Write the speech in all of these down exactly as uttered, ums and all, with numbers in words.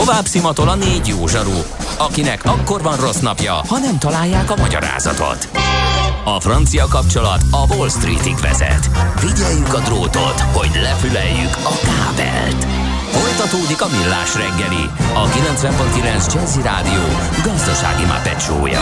Tovább szimatol a négy jó zsaru, akinek akkor van rossz napja, ha nem találják a magyarázatot. A francia kapcsolat a Wall Streetig vezet. Figyeljük a drótot, hogy lefüleljük a kábelt. Folytatódik a Millás reggeli, a kilencven pont kilenc Jazzy Rádió gazdasági mápecsója.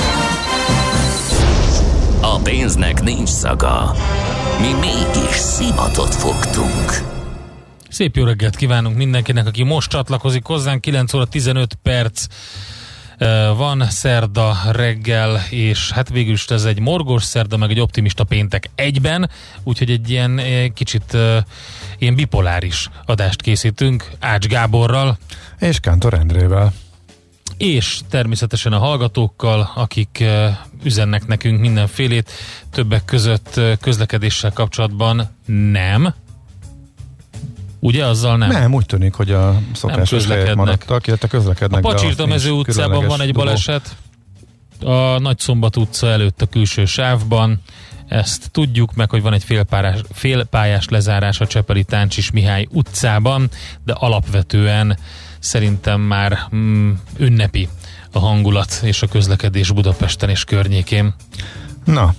A pénznek nincs szaga. Mi mégis szimatot fogtunk. Szép jó reggelt kívánunk mindenkinek, aki most csatlakozik hozzánk. kilenc óra tizenöt perc van, szerda reggel, és hát végül is ez egy morgós szerda, meg egy optimista péntek egyben, úgyhogy egy ilyen kicsit ilyen bipoláris adást készítünk Ács Gáborral. És Kántor Endrével. És természetesen a hallgatókkal, akik üzennek nekünk mindenfélét, többek között közlekedéssel kapcsolatban nem. Ugye azzal nem? Nem, úgy tűnik, hogy a szokásos helyek maradtak, illetve közlekednek. A Pacsirtamező utcában van egy baleset, a Nagyszombat utca előtt a külső sávban, ezt tudjuk meg, hogy van egy félpályás, félpályás lezárás a Csepeli Táncsis Mihály utcában, de alapvetően szerintem már mm, ünnepi a hangulat és a közlekedés Budapesten és környékén. Na.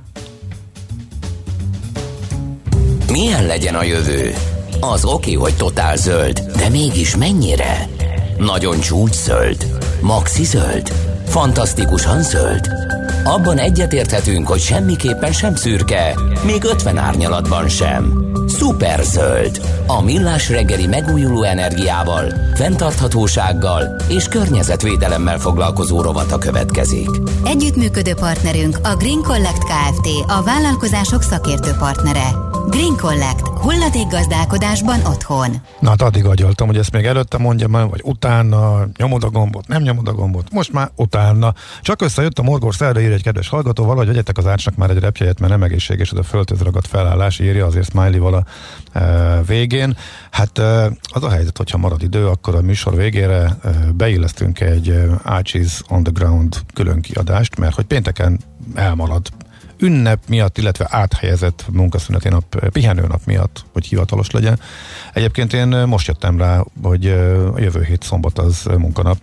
Milyen legyen a jövő? Az oké, hogy totál zöld, de mégis mennyire? Nagyon csúcs zöld? Maxi zöld? Fantasztikusan zöld? Abban egyetérthetünk, hogy semmiképpen sem szürke, még ötven árnyalatban sem. Szuper zöld. A Millás reggeli megújuló energiával, fenntarthatósággal és környezetvédelemmel foglalkozó rovata következik. Együttműködő partnerünk a Green Collect Kft., a vállalkozások szakértő partnere. Green Collect. Hulladékgazdálkodásban otthon. Na hát addig agyaltam, hogy ezt még előtte mondjam, vagy utána, nyomod a gombot, nem nyomod a gombot, most már utána. Csak összejött a morgós szerda, ír egy kedves hallgató, valahogy vegyetek az Ácsnak már egy repjegyet, mert nem egészséges, ez a földhöz ragadt felállás, írja azért smiley-val a e, végén. Hát e, az a helyzet, hogyha marad idő, akkor a műsor végére e, beillesztünk egy e, Ácsiz on the ground külön kiadást, mert hogy pénteken elmarad ünnep miatt, illetve áthelyezett munkaszüneti nap, pihenőnap miatt, hogy hivatalos legyen. Egyébként én most jöttem rá, hogy a jövő hét szombat az munkanap.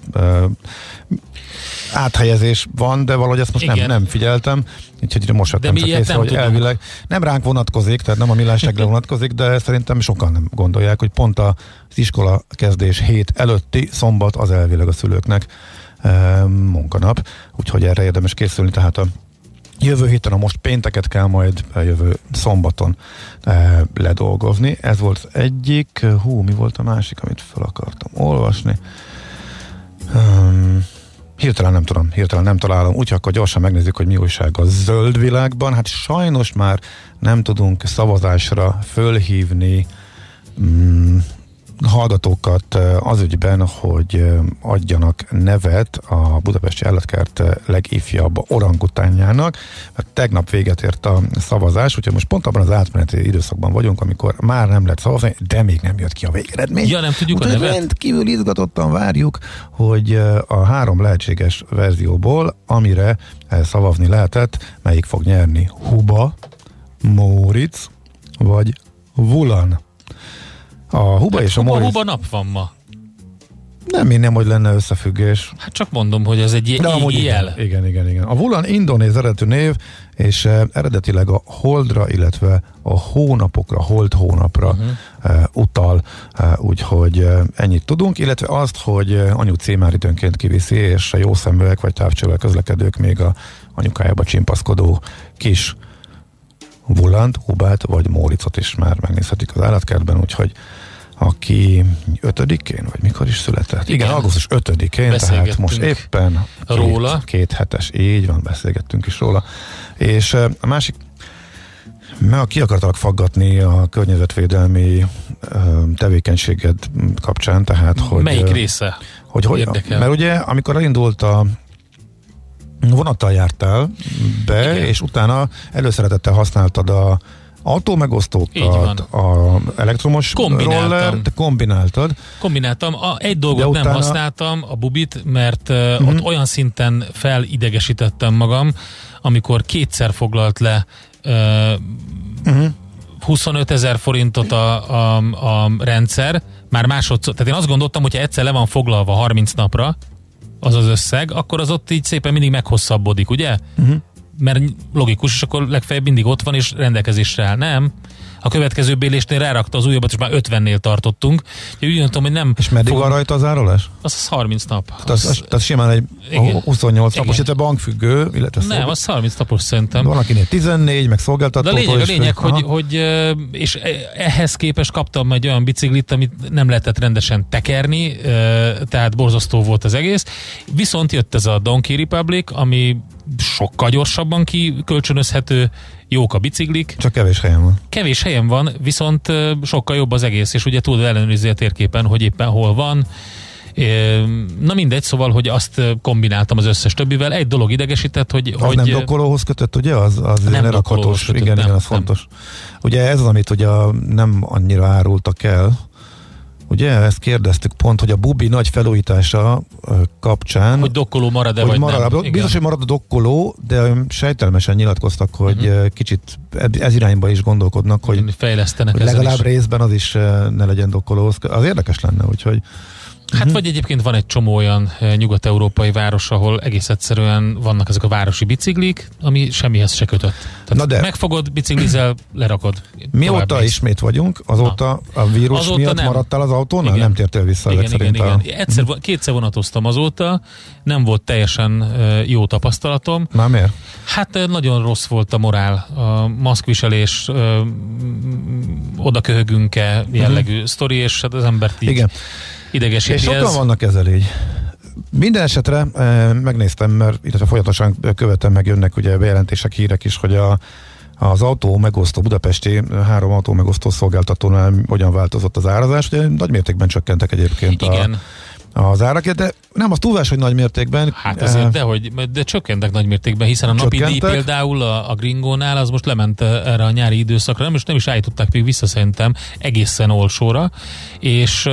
Áthelyezés van, de valahogy ezt most nem, nem figyeltem, úgyhogy most jöttem csak észre, hogy tudunk. Elvileg nem ránk vonatkozik, tehát nem a Millás reggel vonatkozik, de szerintem sokan nem gondolják, hogy pont az iskola kezdés hét előtti szombat az elvileg a szülőknek munkanap, úgyhogy erre érdemes készülni, tehát a jövő héten, a most pénteket kell majd jövő szombaton e, ledolgozni. Ez volt egyik. Hú, mi volt a másik, amit fel akartam olvasni? Um, hirtelen nem tudom, hirtelen nem találom. Úgyhogy akkor gyorsan megnézzük, hogy mi újság a zöld világban. Hát sajnos már nem tudunk szavazásra fölhívni um, hallgatókat az ügyben, hogy adjanak nevet a Budapesti Állatkert legifjabb orangutánjának, mert tegnap véget ért a szavazás, úgyhogy most pont abban az átmeneti időszakban vagyunk, amikor már nem lehet szavazni, de még nem jött ki a végeredmény. Ja, nem tudjuk úgyhogy a nevet? Rendkívül izgatottan várjuk, hogy a három lehetséges verzióból, amire szavazni lehetett, melyik fog nyerni: Huba, Móricz vagy Vulan. A Huba hát és a Móricz... Huba nap van ma. Nem hinném, hogy lenne összefüggés. Hát csak mondom, hogy ez egy égi jel. Igen, igen, igen. A Vulan indonéz eredetű név, és uh, eredetileg a holdra, illetve a hónapokra, hold hónapra uh-huh. uh, utal, uh, úgyhogy uh, ennyit tudunk, illetve azt, hogy uh, anyu címár időnként kiviszi, és a jószeműek vagy távcsővel közlekedők még a anyukájába csimpaszkodó kis Vulant, Hubát vagy Móriczot is már megnézhetik az állatkertben, úgyhogy aki ötödikén, vagy mikor is született? Igen, Igen augusztus ötödikén, tehát most éppen róla. Két, két hetes, így van, beszélgettünk is róla. És a másik, meg ki akartak faggatni a környezetvédelmi tevékenységed kapcsán, tehát hogy... Melyik része? Hogy, hogy, mert ugye, amikor elindult a vonattal jártál be, igen. és utána előszeretettel használtad a autómegosztókat, a elektromos rollert, kombináltad. Kombináltam. A, egy dolgot utána... nem használtam, a bubit, mert uh, uh-huh. ott olyan szinten felidegesítettem magam, amikor kétszer foglalt le uh, uh-huh. huszonötezer forintot a, a, a rendszer, már másodszor, tehát én azt gondoltam, hogyha egyszer le van foglalva harminc napra az az összeg, akkor az ott így szépen mindig meghosszabbodik, ugye? Uh-huh. Mert logikus, és akkor legfeljebb mindig ott van, és rendelkezésre áll. Nem. A következő bélésnél rárakta az újabbat, és már ötvennél tartottunk. Úgy gondoltam, hogy nem... És meddig van rajta az árulás? Az, az harminc nap. Tehát az, az, az simán egy igen. huszonnyolc napos, illetve bankfüggő, illetve nem, szolgál... az harminc napos szerintem. Van akinél tizennégy, meg szolgáltató. De a lényeg, a lényeg hogy, hogy, és ehhez képest kaptam egy olyan biciklit, amit nem lehetett rendesen tekerni, tehát borzasztó volt az egész. Viszont jött ez a Donkey Republic, ami sokkal gyorsabban kikölcsönözhető, jók a biciklik. Csak kevés helyen van. Kevés helyen van, viszont sokkal jobb az egész, és ugye tudod ellenőrizni a térképen, hogy éppen hol van. Na mindegy, szóval, hogy azt kombináltam az összes többivel. Egy dolog idegesített, hogy... Az hogy nem dokkolóhoz kötött, ugye? Az, az nem dokkolóhoz kötött, igen, nem, igen, az nem. Fontos. Ugye ez az, amit ugye nem annyira árultak el. Ugye ezt kérdeztük pont, hogy a Bubi nagy felújítása kapcsán... Hogy dokkoló marad-e, hogy vagy marad, nem. Biztos, igen. Hogy marad a dokkoló, de sejtelmesen nyilatkoztak, hogy uh-huh. kicsit ez irányba is gondolkodnak, hogy, fejlesztenek hogy legalább is. Részben az is ne legyen dokkoló. Az érdekes lenne, úgyhogy... Hát uh-huh. vagy egyébként van egy csomó olyan nyugat-európai város, ahol egész egyszerűen vannak ezek a városi biciklik, ami semmihez se kötött. Tehát na de megfogod, biciklizel, lerakod. Mióta mész. Ismét vagyunk, azóta na. A vírus azóta miatt nem. Maradtál az autónál? Igen. Nem tértél vissza igen, ezek igen, szerint? Igen. Egyszer, kétszer vonatoztam azóta, nem volt teljesen jó tapasztalatom. Már miért? Hát nagyon rossz volt a morál, a maszkviselés, oda köhögünk-e jellegű uh-huh. sztori, és hát az embert így... Igen. Idegesíti és sokan ez. vannak ezzel így. Minden esetre eh, megnéztem, mert illetve folyamatosan követem, meg jönnek ugye bejelentések, hírek is, hogy a, az autó megosztó, budapesti három autó megosztó szolgáltatónál hogyan változott az árazás. Ugye nagy mértékben csökkentek egyébként igen. a, az árak, de nem az túlvás, hogy nagy mértékben. Hát azért, de, hogy, de csökkentek nagy mértékben, hiszen a napi díj például a, a Gringónál az most lement erre a nyári időszakra, nem, és nem is állították még vissza szerintem egészen olcsóra, és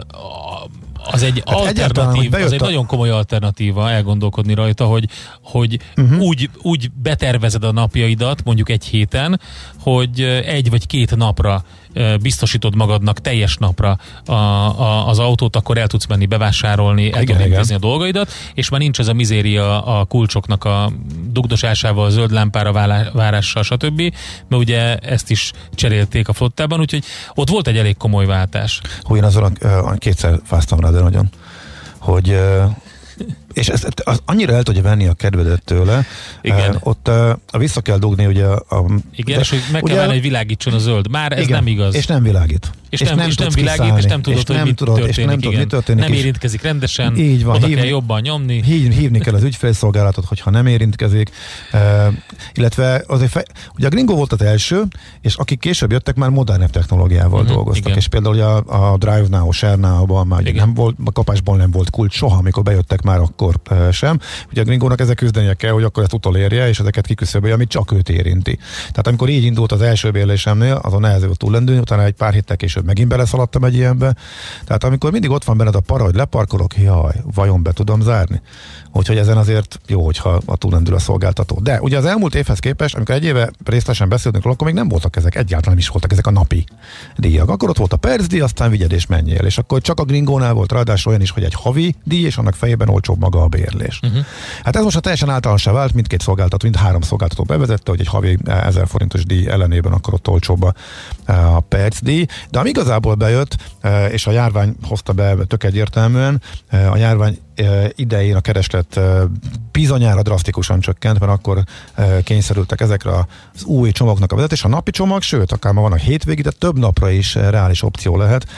az egy hát alternatív, az egy a... nagyon komoly alternatíva elgondolkodni rajta, hogy, hogy uh-huh. úgy, úgy betervezed a napjaidat, mondjuk egy héten, hogy egy vagy két napra biztosítod magadnak teljes napra a, a, az autót, akkor el tudsz menni bevásárolni, el tudod intézni a dolgaidat, és már nincs ez a mizéria a kulcsoknak a dugdosásával, a zöld lámpára várással, stb. Mert ugye ezt is cserélték a flottában, úgyhogy ott volt egy elég komoly váltás. Hú, én azon uh, kétszer fáztam rá, de nagyon, hogy uh, és ezt az annyira el tudja venni a kedvedet tőle. Igen. Uh, ott uh, vissza kell dugni ugye a... Igen, de, és hogy meg ugye, kell venni, hogy világítson a zöld. Már ez igen, nem igaz. És nem világít. És, és nem, és nem világít, kiszállni. És nem tudod, és hogy nem mit tudod, történik. És nem tudod, mit történik. Nem érintkezik rendesen, így van, oda hívni, kell jobban nyomni. Hív, hívni kell az ügyfélszolgálatot, hogyha nem érintkezik. Uh, illetve azért fej, ugye a Gringo volt az első, és akik később jöttek, már modernebb technológiával uh-huh, dolgoztak. Igen. És például a, a Drive Now, Share Now-ban már nem volt, a kapásban nem volt kulcs soha, amikor bejöttek már akkor uh, sem. Ugye a Gringónak ezzel küzdenie kell, hogy akkor ezt utolérje, és ezeket kiküszöbölje, amit csak őt érinti. Tehát amikor így indult az első bérlésemnél, azon nehezebb túllendülni, utána egy pár héttel később megint beleszaladtam egy ilyenbe. Tehát amikor mindig ott van benned a para, hogy leparkolok, jaj, vajon be tudom zárni? Úgyhogy ezen azért jó, hogyha a túlendül a szolgáltató. De ugye az elmúlt évhez képest, amikor egy éve részletesen beszéltünk róla, akkor még nem voltak ezek, egyáltalán nem is voltak ezek a napi díjak. Akkor ott volt a percdíj, aztán vigyed és menjél. És akkor csak a Gringónál volt ráadásul olyan is, hogy egy havi díj, és annak fejében olcsóbb maga a bérlés. Uh-huh. Hát ez most a teljesen általánosá vált, mindkét szolgáltató, mind három szolgáltató bevezette, hogy egy havi ezer forintos díj ellenében akkor ott olcsóbb a, a percdíj. De ami igazából bejött, és a járvány hozta be tök egyértelműen, a járvány idején a kereslet bizonyára drasztikusan csökkent, mert akkor kényszerültek ezekre az új csomagoknak a vezetés. A napi csomag, sőt, akár ma vannak hétvégi, de több napra is reális opció lehet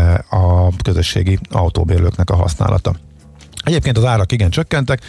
a közösségi autóbérlőknek a használata. Egyébként az árak igen csökkentek.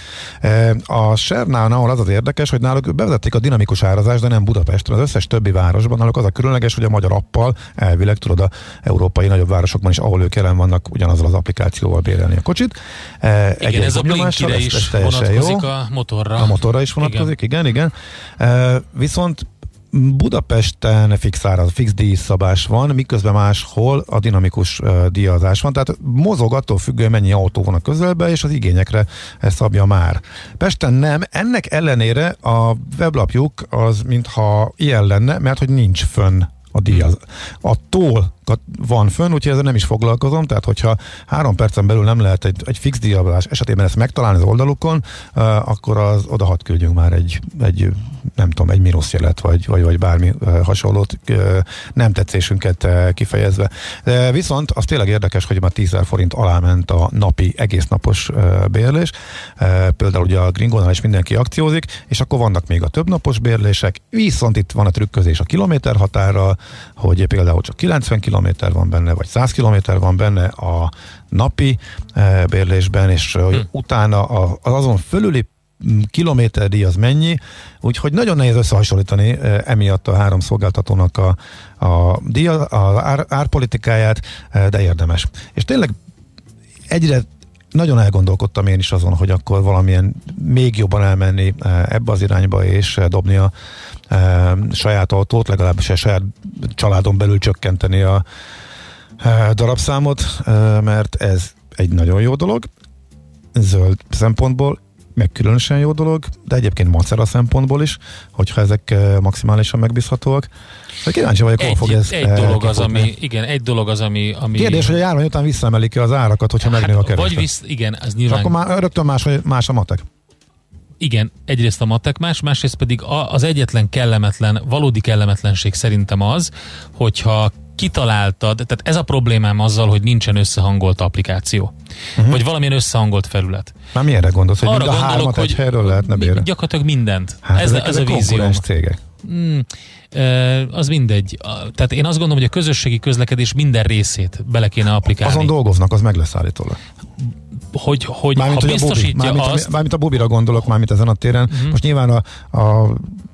A Sernánál az az érdekes, hogy náluk bevezették a dinamikus árazást, de nem Budapesten. Az összes többi városban náluk az a különleges, hogy a magyar appal elvileg tudod a európai nagyobb városokban is, ahol ők jelen vannak, ugyanazzal az applikációval bérelni a kocsit. Igen, egy ez a Blinkire is ez vonatkozik jó. A motorra. A motorra is vonatkozik, igen, igen. igen. Viszont Budapesten fix áraz, fix díjszabás van, miközben máshol a dinamikus uh, díjazás van, tehát mozog attól függően mennyi autó van a közelbe, és az igényekre szabja már. Pesten nem, ennek ellenére a weblapjuk az mintha ilyen lenne, mert hogy nincs fönn a díjaz. A toll árakat van fönn, úgyhogy ezzel nem is foglalkozom, tehát hogyha három percen belül nem lehet egy, egy fix díjabálás esetében ezt megtalálni az oldalukon, uh, akkor az oda hadd küldjünk már egy, egy nem tudom, egy mínuszjelet, vagy, vagy, vagy bármi uh, hasonlót, uh, nem tetszésünket uh, kifejezve. De viszont az tényleg érdekes, hogy már tízezer forint alá ment a napi, egész napos uh, bérlés. Uh, például ugye a Gringonál is mindenki akciózik, és akkor vannak még a többnapos bérlések, viszont itt van a trükközés a kilométer határral, hogy például csak kilencven kilométer van benne, vagy száz kilométer van benne a napi uh, bérlésben, és uh, hmm. utána a, az azon fölüli kilométerdíj az mennyi, úgyhogy nagyon nehéz összehasonlítani uh, emiatt a három szolgáltatónak a, a díja, az ár, árpolitikáját, uh, de érdemes. És tényleg egyre nagyon elgondolkodtam én is azon, hogy akkor valamilyen még jobban elmenni ebbe az irányba, és dobni a e, saját autót, legalábbis a saját családon belül csökkenteni a e, darabszámot, e, mert ez egy nagyon jó dolog, zöld szempontból, meg különösen jó dolog, de egyébként macera szempontból is, hogyha ezek maximálisan megbízhatóak. De kíváncsi vagyok, hol fog ez egy dolog az, ami, igen, egy dolog az, ami... ami... Kérdés, hogy a járvány után visszaemelik-e az árakat, hogyha hát, megnő a kereslet. Vagy visz, igen, az nyilván... És akkor már rögtön más, más a matek. Igen, egyrészt a matek más, másrészt pedig az egyetlen kellemetlen, valódi kellemetlenség szerintem az, hogyha kitaláltad, tehát ez a problémám azzal, hogy nincsen összehangolt applikáció. Uh-huh. Vagy valamilyen összehangolt felület. Már milyenre gondolsz, hogy arra mind a gondolok, hármat hogy egy helyről lehetne bérni? Gyakorlatilag mindent. Hát ez, ezek, ez ezek a vízióm. cégek. Mm, e, az mindegy. Tehát én azt gondolom, hogy a közösségi közlekedés minden részét bele kéne applikálni. Azon dolgoznak, az meg lesz állítólag. Hogy, hogy mármint, ha hogy biztosítja mármint, azt... Mármint a Bobira gondolok, mármint ezen a téren. Uh-huh. Most nyilván a, a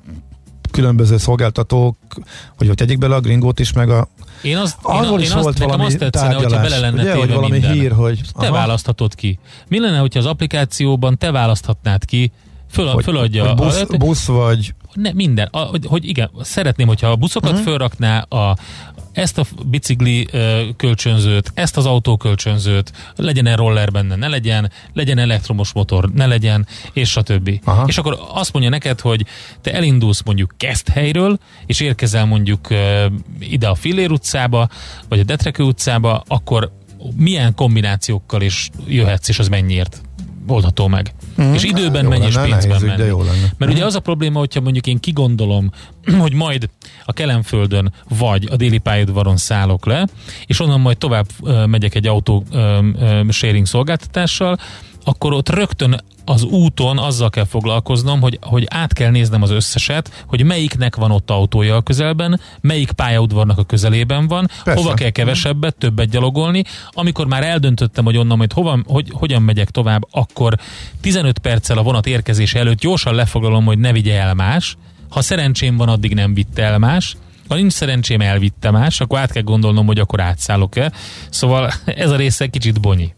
különböző szolgáltatók, hogy hogy tegyék bele a Gringót is, meg a Én azt, arról én, is én volt azt, nekem valami azt tetszene, tárgyalás, hogyha bele lenne ugye, téve valami minden. hír, hogy... Te aha. választhatod ki. Mi lenne, hogyha az applikációban te választhatnád ki, föl, hogy, föladja... hogy busz, a, busz vagy... Ne, minden. A, hogy, hogy igen, szeretném, hogyha a buszokat uh-huh. fölrakná, a, ezt a bicikli uh, kölcsönzőt, ezt az autókölcsönzőt, legyen-e roller benne, ne legyen, legyen elektromos motor, ne legyen, és stb. Aha. És akkor azt mondja neked, hogy te elindulsz mondjuk Keszthelyről, és érkezel mondjuk uh, ide a Fillér utcába, vagy a Detrekő utcába, akkor milyen kombinációkkal is jöhetsz, és az mennyiért oldható meg. Mm, és időben menj, és pénzben menni. Mert mm. ugye az a probléma, hogyha mondjuk én kigondolom, hogy majd a Kelenföldön vagy a déli pályaudvaron szállok le, és onnan majd tovább uh, megyek egy autó uh, uh, sharing szolgáltatással, akkor ott rögtön az úton azzal kell foglalkoznom, hogy, hogy át kell néznem az összeset, hogy melyiknek van ott autója a közelben, melyik pályaudvarnak a közelében van, persze. Hova kell kevesebbet, többet gyalogolni. Amikor már eldöntöttem, hogy onnan majd hova, hogy, hogyan megyek tovább, akkor tizenöt perccel a vonat érkezése előtt gyorsan lefoglalom, hogy ne vigye el más. Ha szerencsém van, addig nem vitte el más. Ha nincs szerencsém, elvitte más, akkor át kell gondolnom, hogy akkor átszállok-e. Szóval ez a része kicsit bonyi.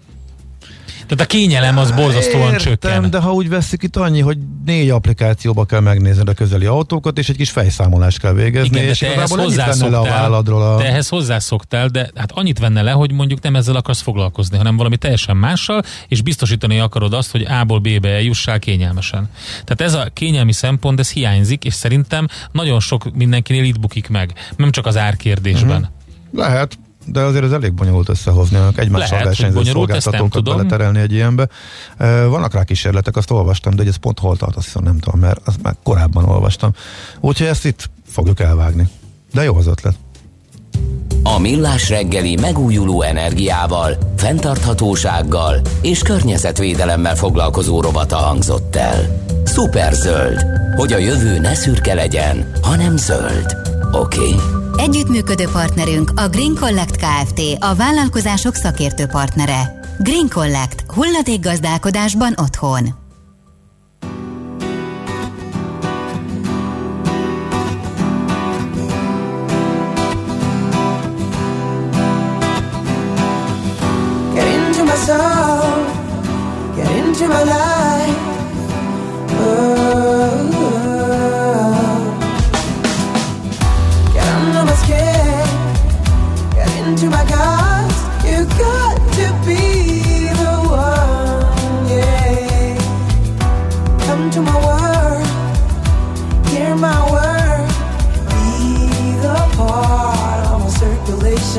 Tehát a kényelem az borzasztóan Értem, csökken. de ha úgy veszik, itt annyi, hogy négy applikációba kell megnézned a közeli autókat, és egy kis fejszámolást kell végezni, igen, és te ehhez hozzászoktál, a... te ehhez hozzászoktál, de hát annyit venne le, hogy mondjuk nem ezzel akarsz foglalkozni, hanem valami teljesen mással, és biztosítani akarod azt, hogy A-ból B-be eljussál kényelmesen. Tehát ez a kényelmi szempont, ez hiányzik, és szerintem nagyon sok mindenkinél itt bukik meg, nem csak az árkérdésben. Uh-huh. Lehet. De azért ez elég bonyolult összehozni, egymással versenyző szolgáltatókat beleterelni egy ilyenbe. Vannak rá kísérletek, azt olvastam, de hogy ez pont hol tart, azt hiszem nem tudom, mert azt már korábban olvastam. Úgyhogy ezt itt fogjuk elvágni. De jó az ötlet. A Millás reggeli megújuló energiával, fenntarthatósággal és környezetvédelemmel foglalkozó rovata hangzott el. Szuperzöld, hogy a jövő ne szürke legyen, hanem zöld. Oké. Okay. Együttműködő partnerünk a Green Collect Kft. A vállalkozások szakértő partnere. Green Collect. Hulladékgazdálkodásban otthon. Get into my soul, get into my life. Oh. Into my guts, you got to be the one, yeah. Come to my world, hear my word, be the part of my circulation.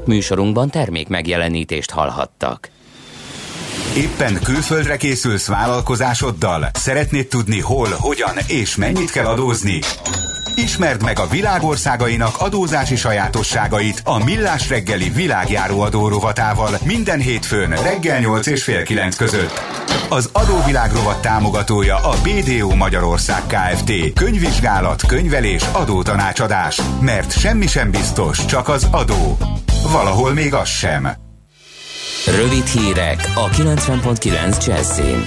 Műsorunkban termék megjelenítést hallhattak. Éppen külföldre készülsz vállalkozásoddal? Szeretnéd tudni hol, hogyan és mennyit kell adózni? Ismerd meg a világ országainak adózási sajátosságait a Millás reggeli világjáró adó rovatával minden hétfőn reggel nyolc és fél kilenc között. Az adóvilág rovat támogatója a bé dé o Magyarország Kft. Könyvvizsgálat, könyvelés, adótanácsadás. Mert semmi sem biztos, csak az adó. Valahol még az sem. Rövid hírek a kilencven pont kilenc Jazzin.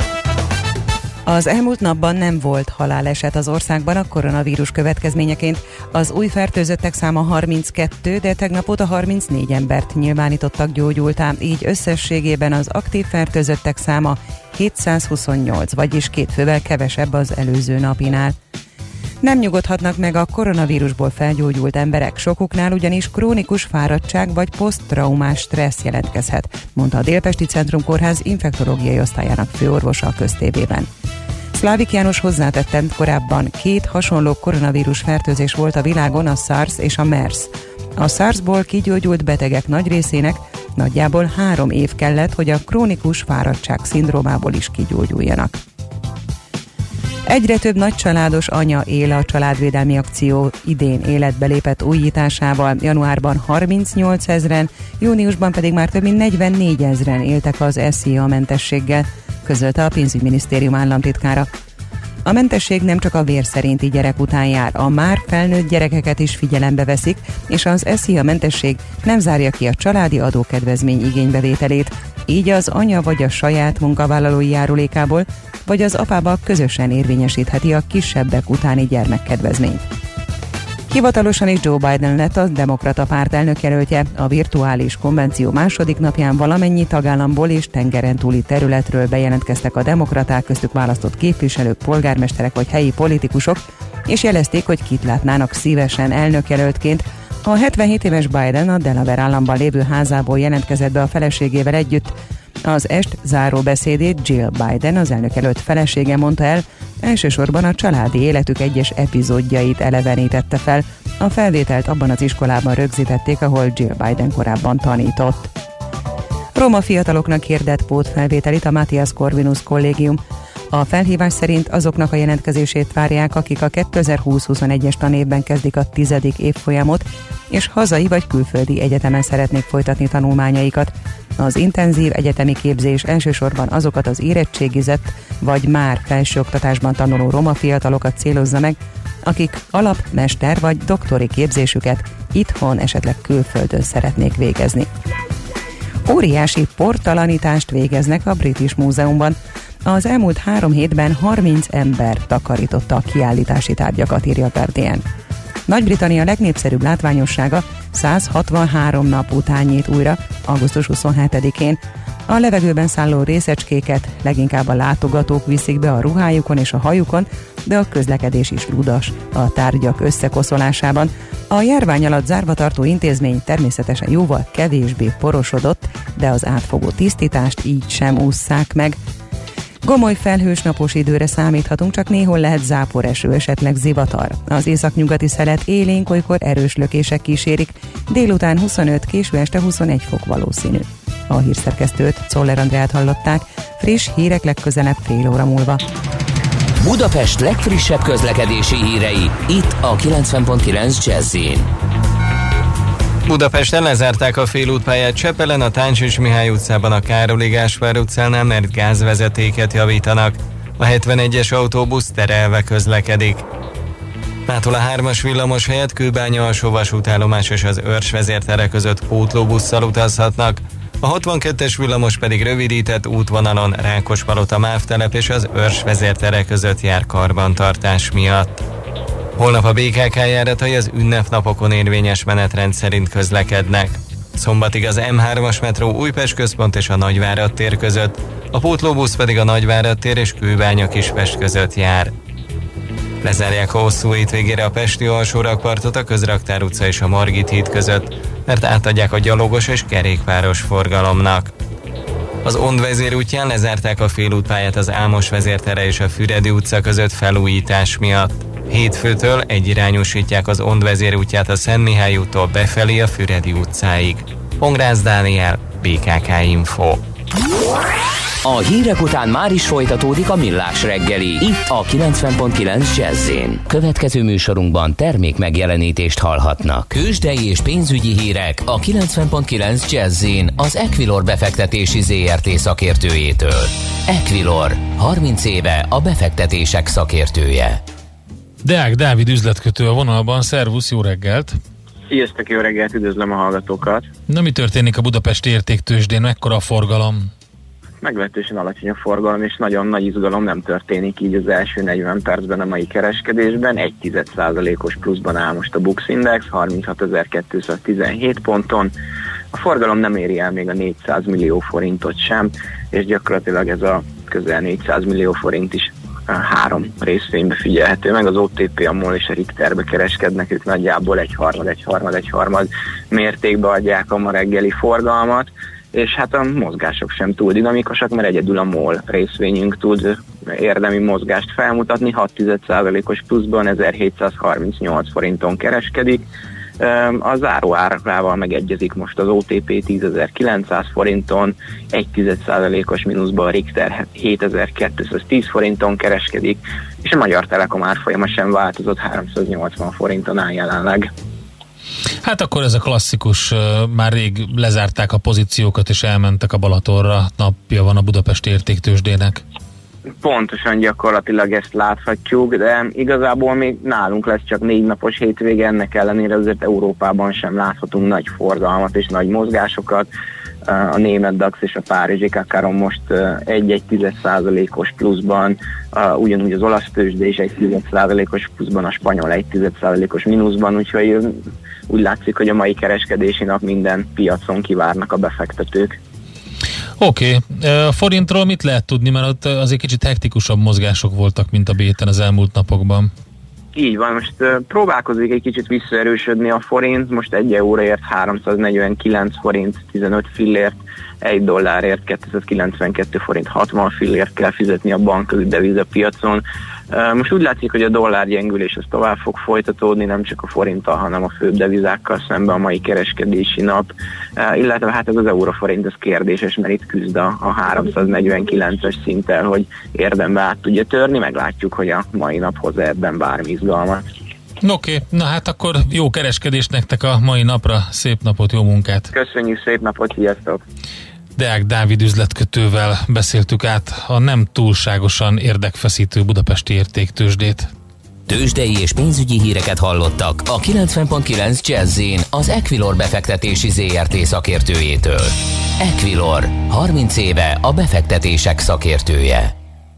Az elmúlt napban nem volt haláleset az országban a koronavírus következményeként. Az új fertőzöttek száma harminckettő, de tegnap óta harmincnégy embert nyilvánítottak gyógyultán, így összességében az aktív fertőzöttek száma hétszázhuszonnyolc, vagyis két fővel kevesebb az előző napinál. Nem nyugodhatnak meg a koronavírusból felgyógyult emberek, sokuknál ugyanis krónikus fáradtság vagy poszttraumás stressz jelentkezhet, mondta a Délpesti Centrum Kórház infektológiai osztályának főorvosa a köztévében. Szlávik János hozzátette, korábban két hasonló koronavírus fertőzés volt a világon, a SARS és a MERS. A SARS-ból kigyógyult betegek nagy részének nagyjából három év kellett, hogy a krónikus fáradtság szindrómából is kigyógyuljanak. Egyre több nagycsaládos anya él a családvédelmi akció idén életbe lépett újításával. Januárban harmincnyolc ezren, júniusban pedig már több mint negyvennégy ezren éltek az es zé á mentességgel, közölte a pénzügyminisztérium államtitkára. A mentesség nem csak a vér szerinti gyerek után jár, a már felnőtt gyerekeket is figyelembe veszik, és az es zé á mentesség nem zárja ki a családi adókedvezmény igénybevételét, így az anya vagy a saját munkavállalói járulékából, vagy az apával közösen érvényesítheti a kisebbek utáni gyermekkedvezményt. Hivatalosan is Joe Biden lett a demokrata párt elnökjelöltje. A virtuális konvenció második napján valamennyi tagállamból és tengeren túli területről bejelentkeztek a demokraták, köztük választott képviselők, polgármesterek vagy helyi politikusok, és jelezték, hogy kit látnának szívesen elnökjelöltként. A hetvenhét éves Biden a Delaware államban lévő házából jelentkezett be a feleségével együtt. Az est záró beszédét Jill Biden, az elnökjelölt felesége mondta el, elsősorban a családi életük egyes epizódjait elevenítette fel. A felvételt abban az iskolában rögzítették, ahol Jill Biden korábban tanított. Roma fiataloknak hirdett pótfelvételit a Matthias Corvinus kollégium. A felhívás szerint azoknak a jelentkezését várják, akik a kétezer-húsz-huszonegyes tanévben kezdik a tizedik évfolyamot, és hazai vagy külföldi egyetemen szeretnék folytatni tanulmányaikat. Az intenzív egyetemi képzés elsősorban azokat az érettségizett vagy már felsőoktatásban tanuló roma fiatalokat célozza meg, akik alap-, mester- vagy doktori képzésüket itthon, esetleg külföldön szeretnék végezni. Óriási portalanítást végeznek a British Múzeumban. Az elmúlt három hétben harminc ember takarította a kiállítási tárgyakat, írja a Guardian. Nagy-Britannia legnépszerűbb látványossága száz hatvanhárom nap után nyílt újra, augusztus huszonhetedikén. A levegőben szálló részecskéket leginkább a látogatók viszik be a ruhájukon és a hajukon, de a közlekedés is ludas a tárgyak összekoszolásában. A járvány alatt zárva tartó intézmény természetesen jóval kevésbé porosodott, de az átfogó tisztítást így sem ússzák meg. Gomoly felhős napos időre számíthatunk, csak néhol lehet záporeső, esetleg zivatar. Az északnyugati szelet élénk, olykor erős lökések kísérik, délután huszonöt, késő este huszonegy fok valószínű. A hírszerkesztőt, Czoller Andrát hallották, friss hírek legközelebb fél óra múlva. Budapest legfrissebb közlekedési hírei, itt a kilencven pont kilenc Jazzin. Budapesten lezárták a félútpályát Csepelen, a Táncsics Mihály utcában, a Károly Gáspár utcánál, mert gázvezetéket javítanak. A hetvenegyes autóbusz terelve közlekedik. Mától a hármas villamos helyett Kőbánya alsó vasútállomás és az Örs vezértere között pótlóbusszal utazhatnak. A hatvankettes villamos pedig rövidített útvonalon Rákospalota mávtelep és az Örs vezértere között jár karbantartás miatt. Holnap a bé ká ká járatai az ünnepnapokon érvényes menetrend szerint közlekednek. Szombatig az em hármas metró Újpest központ és a Nagyvárad tér között, a pótlóbusz pedig a Nagyvárad tér és Kőbánya Kispest között jár. Lezárják a hosszú hétvégére a pesti alsórakpartot a Közraktár utca és a Margit híd között, mert átadják a gyalogos és kerékpáros forgalomnak. Az Ond vezérútján lezárták a félútpályát az Álmos vezértere és a Füredi utca között felújítás miatt. Hétfőtől egyirányosítják az Ond vezérútját a Szent Mihály úttól befelé a Füredi utcáig. Pongrász Dániel, bé ká ká Info. A hírek után már is folytatódik a Millás reggeli, itt a kilencven pont kilenc Jazz-in. Következő műsorunkban termék megjelenítést hallhatnak. Tőzsdei és pénzügyi hírek a kilencven pont kilenc Jazz-in az Equilor befektetési zé er té szakértőjétől. Equilor, harminc éve a befektetések szakértője. Deák Dávid üzletkötő a vonalban, szervusz, jó reggelt! Sziasztok, jó reggelt, üdvözlöm a hallgatókat! Na, mi történik a budapesti értéktőzsdén, mekkora a forgalom? Meglehetősen alacsony a forgalom, és nagyon nagy izgalom nem történik így az első negyven percben a mai kereskedésben. egy tized százalékos pluszban áll most a Bux Index, harminchatezer-kétszáztizenhét ponton. A forgalom nem éri el még a négyszáz millió forintot sem, és gyakorlatilag ez a közel négyszáz millió forint is három részvénybe figyelhető meg. Az o té pé, a MOL és a Richterbe kereskednek, ők nagyjából egy harmad, egy harmad, egy harmad mértékbe adják a ma reggeli forgalmat, és hát a mozgások sem túl dinamikusak, mert egyedül a MOL részvényünk tud érdemi mozgást felmutatni, hat tized százalékos pluszban ezerhétszázharmincnyolc forinton kereskedik. A záróárával megegyezik most az o té pé tízezer-kilencszáz forinton, egy tized százalékos mínuszban a Richter hétezer-kétszáztíz forinton kereskedik, és a Magyar Telekom árfolyama sem változott, háromszáznyolcvan forinton áll jelenleg. Hát akkor ez a klasszikus, már rég lezárták a pozíciókat és elmentek a Balatonra, napja van a budapesti értéktőzsdének. Pontosan, gyakorlatilag ezt láthatjuk, de igazából még nálunk lesz csak négy napos hétvége, ennek ellenére azért Európában sem láthatunk nagy forgalmat és nagy mozgásokat. A német DAX és a párizsi Kakaron most egy-egy tized százalékos pluszban, ugyanúgy az olasz tőzsde is egy tized százalékos pluszban, a spanyol egy tized százalékos mínuszban, úgyhogy úgy látszik, hogy a mai kereskedési nap minden piacon kivárnak a befektetők. Oké, okay. A forintról mit lehet tudni, mert ott azért kicsit hektikusabb mozgások voltak, mint a béten az elmúlt napokban. Így van, most uh, próbálkozik egy kicsit visszaerősödni a forint, most egy euróért háromszáznegyvenkilenc forint tizenöt fillért, egy dollárért kétszázkilencvenkettő forint hatvan fillért kell fizetni a bankközi devizapiacon. Uh, most úgy látszik, hogy a dollár gyengülés az tovább fog folytatódni, nem csak a forinttal, hanem a főbb devizákkal szemben a mai kereskedési nap, uh, illetve hát ez az euróforint ez kérdéses, mert itt küzd a, a háromszáznegyvenkilences szinttel, hogy érdembe át tudja törni, meglátjuk, hogy a mai nap hoz ebben bármi izgalmat. Oké, okay. Na hát akkor jó kereskedés nektek a mai napra, szép napot, jó munkát! Köszönjük, szép napot, sziasztok! Deák Dávid üzletkötővel beszéltük át a nem túlságosan érdekfeszítő budapesti értéktőzsdét. Tőzsdei és pénzügyi híreket hallottak a kilencven pont kilenc Jazz-in az Equilor befektetési zé er té szakértőjétől. Equilor, harminc éve a befektetések szakértője.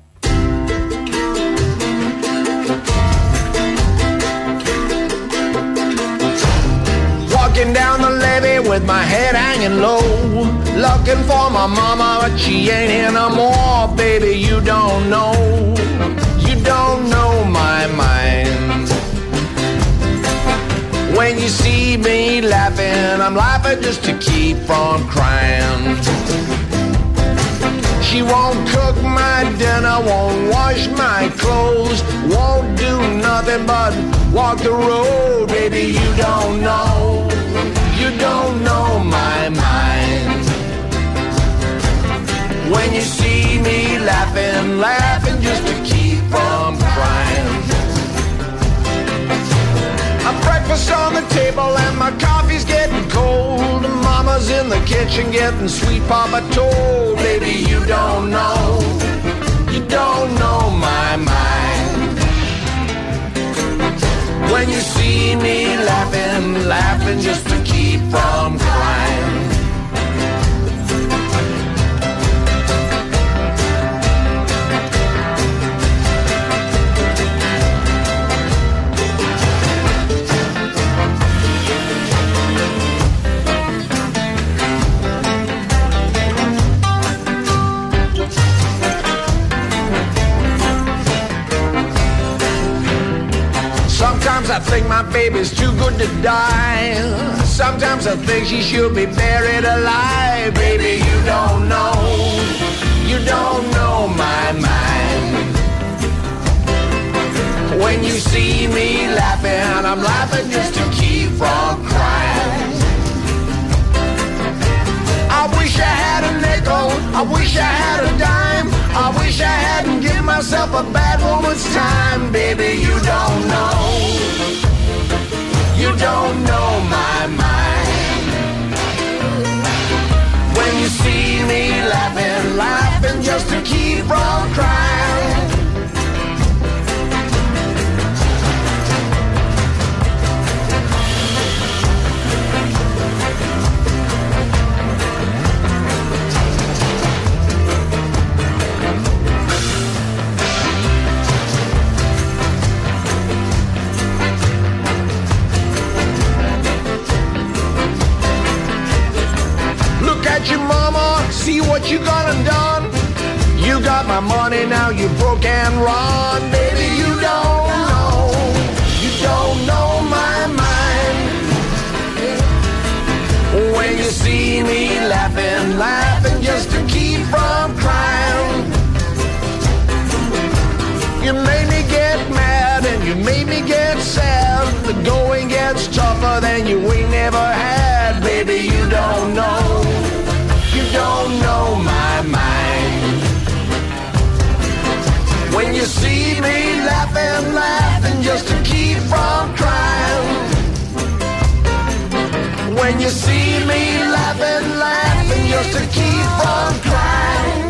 Walking down the levee with my head hanging low, looking for my mama, but she ain't here no more. Baby, you don't know, you don't know my mind. When you see me laughing, I'm laughing just to keep from crying. She won't cook my dinner, won't wash my clothes, won't do nothing but walk the road. Baby, you don't know, you don't know my mind. When you see me laughing, laughing just to keep from crying. A breakfast on the table and my coffee's getting cold. Mama's in the kitchen getting sweet Papa told. Baby, you don't know, you don't know my mind. When you see me laughing, laughing just to keep from crying. Sometimes I think my baby's too good to die. Sometimes I think she should be buried alive. Baby, you don't know, you don't know my mind. When you see me laughing, I'm laughing just to keep from crying. I wish I had a dime. I wish I hadn't given myself a bad woman's time. Baby, you don't know. You don't know my mind. When you see me laughing, laughing just to keep from crying. Your mama, see what you gone and done. You got my money, now you broke and run. Baby, you don't know, you don't know my mind. When you see me laughing, laughing just to keep from crying. You made me get mad and you made me get sad. The going gets tougher than you ain't never had. Baby, you don't know. You don't know my mind. When you see me laughing, laughing just to keep from crying. When you see me laughing, laughing just to keep from crying.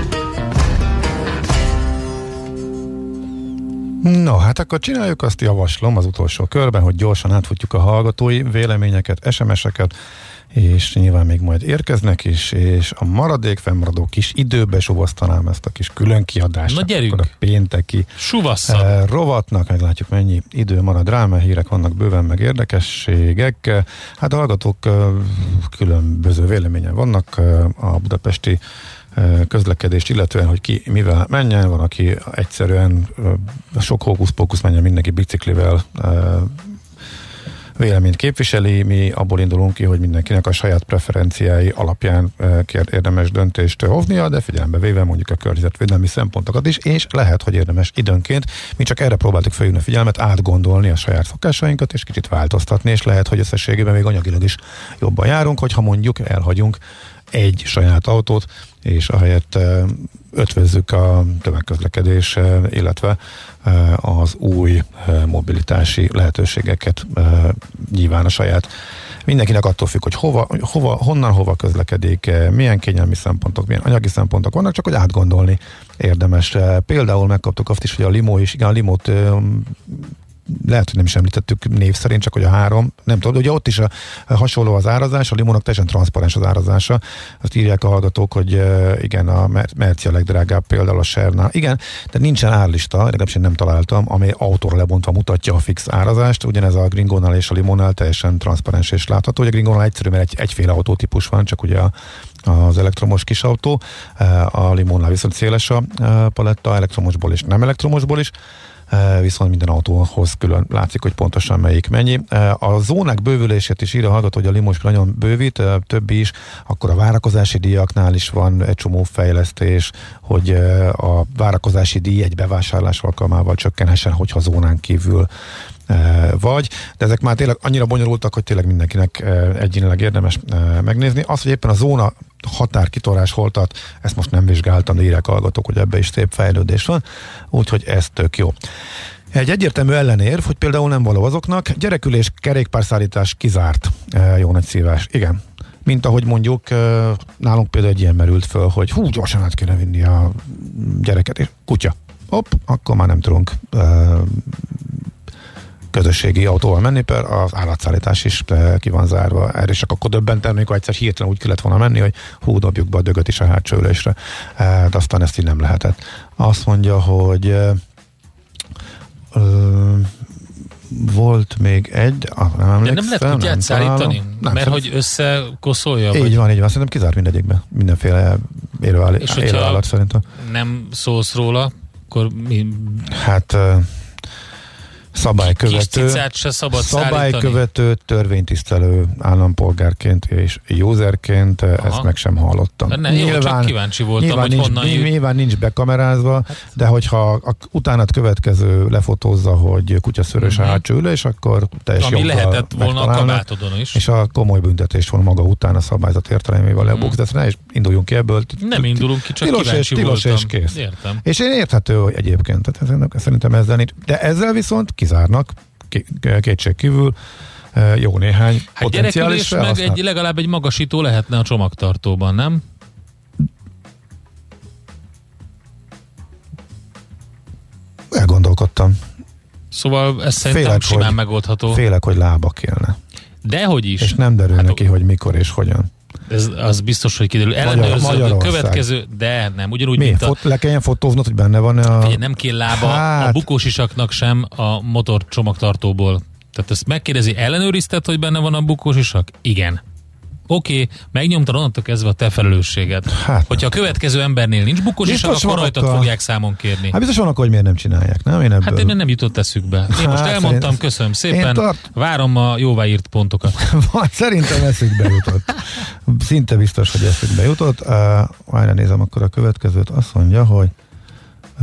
No, hát akkor csináljuk, azt javaslom az utolsó körben, hogy gyorsan átfutjuk a hallgatói véleményeket, es em es-eket, és nyilván még majd érkeznek is, és a maradék fennmaradó kis időbe suvasztanám ezt a kis külön kiadást. Na gyerünk! Akkor a pénteki Suvasszal! rovatnak, meglátjuk mennyi idő marad rá, mert hírek vannak bőven, meg érdekességek. Hát a hallgatók különböző véleményen vannak a budapesti közlekedést, illetően, hogy ki mivel menjen, van, aki egyszerűen sok hókusz-pókusz menjen mindenki biciklivel véleményt képviseli, mi abból indulunk ki, hogy mindenkinek a saját preferenciái alapján érdemes döntést hoznia, de figyelembe véve mondjuk a környezetvédelmi szempontokat is, és lehet, hogy érdemes időnként, mi csak erre próbáltuk felhívni a figyelmet, átgondolni a saját szokásainkat, és kicsit változtatni, és lehet, hogy összességében még anyagilag is jobban járunk, hogyha mondjuk elhagyunk egy saját autót, és ahelyett ötvözzük a tömegközlekedés, illetve az új mobilitási lehetőségeket nyilván a saját. Mindenkinek attól függ, hogy hova, hova, honnan hova közlekedik, milyen kényelmi szempontok, milyen anyagi szempontok vannak, csak hogy átgondolni érdemes. Például megkaptuk azt is, hogy a limó is, igen, a limót lehet, hogy nem is említettük név szerint, csak hogy a három, nem tudom, ugye ott is a, a hasonló az árazás, a limónak teljesen transzparens az árazása. Azt írják a hallgatók, hogy igen, a Merci a legdrágább például a Share-nál. Igen, de nincsen árlista, legalábbis én nem találtam, amely autóra lebontva mutatja a fix árazást. Ugyanez a Gringonál és a Limónál teljesen transzparens és látható. Ugye a Gringonál egyszerű, mert egy, egyféle autótípus van, csak ugye a az elektromos kis autó, a Limónál viszont széles a paletta, elektromosból és nem elektromosból is. Viszont minden autóhoz külön látszik, hogy pontosan melyik mennyi. A zónák bővülését is írja a hallgató, hogy a Limos nagyon bővít, többi is, akkor a várakozási díjaknál is van egy csomó fejlesztés, hogy a várakozási díj egy bevásárlás alkalmával csökkenhessen, hogyha zónán kívül vagy, de ezek már tényleg annyira bonyolultak, hogy tényleg mindenkinek egyénileg érdemes megnézni. Az, hogy éppen a zóna határkitorás hol tart, ezt most nem vizsgáltam, de írják hallgatók, hogy ebbe is szép fejlődés van, úgyhogy ez tök jó. Egy egyértelmű ellenérv, hogy például nem való azoknak, gyerekülés, kerékpárszállítás kizárt. Jó nagy szívás. Igen. Mint ahogy mondjuk nálunk például egy ilyen merült föl, hogy hú, gyorsan át kéne vinni a gyereket, és kutya. Hopp, akkor már nem tudunk közösségi autóval menni, per az állatszállítás is ki van zárva. Erre csak akkor döbbentem, amikor egyszer hirtelen úgy kellett volna menni, hogy hú, dobjuk be a dögöt is a hátsó ülésre. De aztán ezt így nem lehetett. Azt mondja, hogy ö, volt még egy, ah, nem emlékszem. De nem lehet kutyát nem szállítani? Nem, mert szerintem, hogy összekoszolja? Így vagy? van, így van. Szerintem kizárt mindegyikbe. Mindenféle élőállat. És hogyha nem szólsz róla, akkor mi? Hát szabálykövető, kis cicát se szabad szabálykövető, törvénytisztelő állampolgárként és userként. Aha. Ezt meg sem hallottam. Ne, jó, nyilván, csak kíváncsi voltam, nyilván hogy nincs, honnan jön. Nyilván nincs bekamerázva, hát, de hogyha a, utánat következő lefotózza, hogy kutyaszörös uh-huh. a hátsó ülés, akkor teljes ami joggal lehetett volna a kabátodon is. És a komoly büntetés van maga után a szabályzat értelmével uh-huh. lebuksz, de ne is induljunk ki ebből. Nem indulunk ki, csak tilos kíváncsi és, voltam. És kész. Értem. És én érthető egyébként, tehát szerintem ezzel nincs. De ezzel viszont kizárnak kétség kívül jó néhány hát potenciális felhasználat. Meg egy, legalább egy magasító lehetne a csomagtartóban, nem? Elgondolkodtam. Szóval ez szerintem félek, simán hogy, megoldható. Félek, hogy lába kélne. Dehogy is. És nem derül hát, neki, hogy mikor és hogyan. Ez, az biztos, hogy kiderül. Ellenőrzöd a következő, de nem, ugyanúgy, mi? mint a... Fot, le kelljen fotóznod, hogy benne van a... Figyelj, nem kell lába hát... a bukósisaknak sem a motor csomagtartóból. Tehát ezt megkérdezi, ellenőrizted, hogy benne van a bukósisak? Igen. Oké, okay, megnyomtad onnantól kezdve a te felelősséged. Hát, hogyha a következő embernél nincs bukósisak, akkor rajtad a... fogják számon kérni. Hát biztos vannak, hogy miért nem csinálják, nem? Én ebből... Hát én nem jutott eszükbe. Én hát, most elmondtam, szerint... köszönöm szépen, tart... várom a jóváírt pontokat. Szerintem eszükbe jutott. Szinte biztos, hogy eszükbe jutott. Uh, Várjál, nézem akkor a következőt. Azt mondja, hogy uh,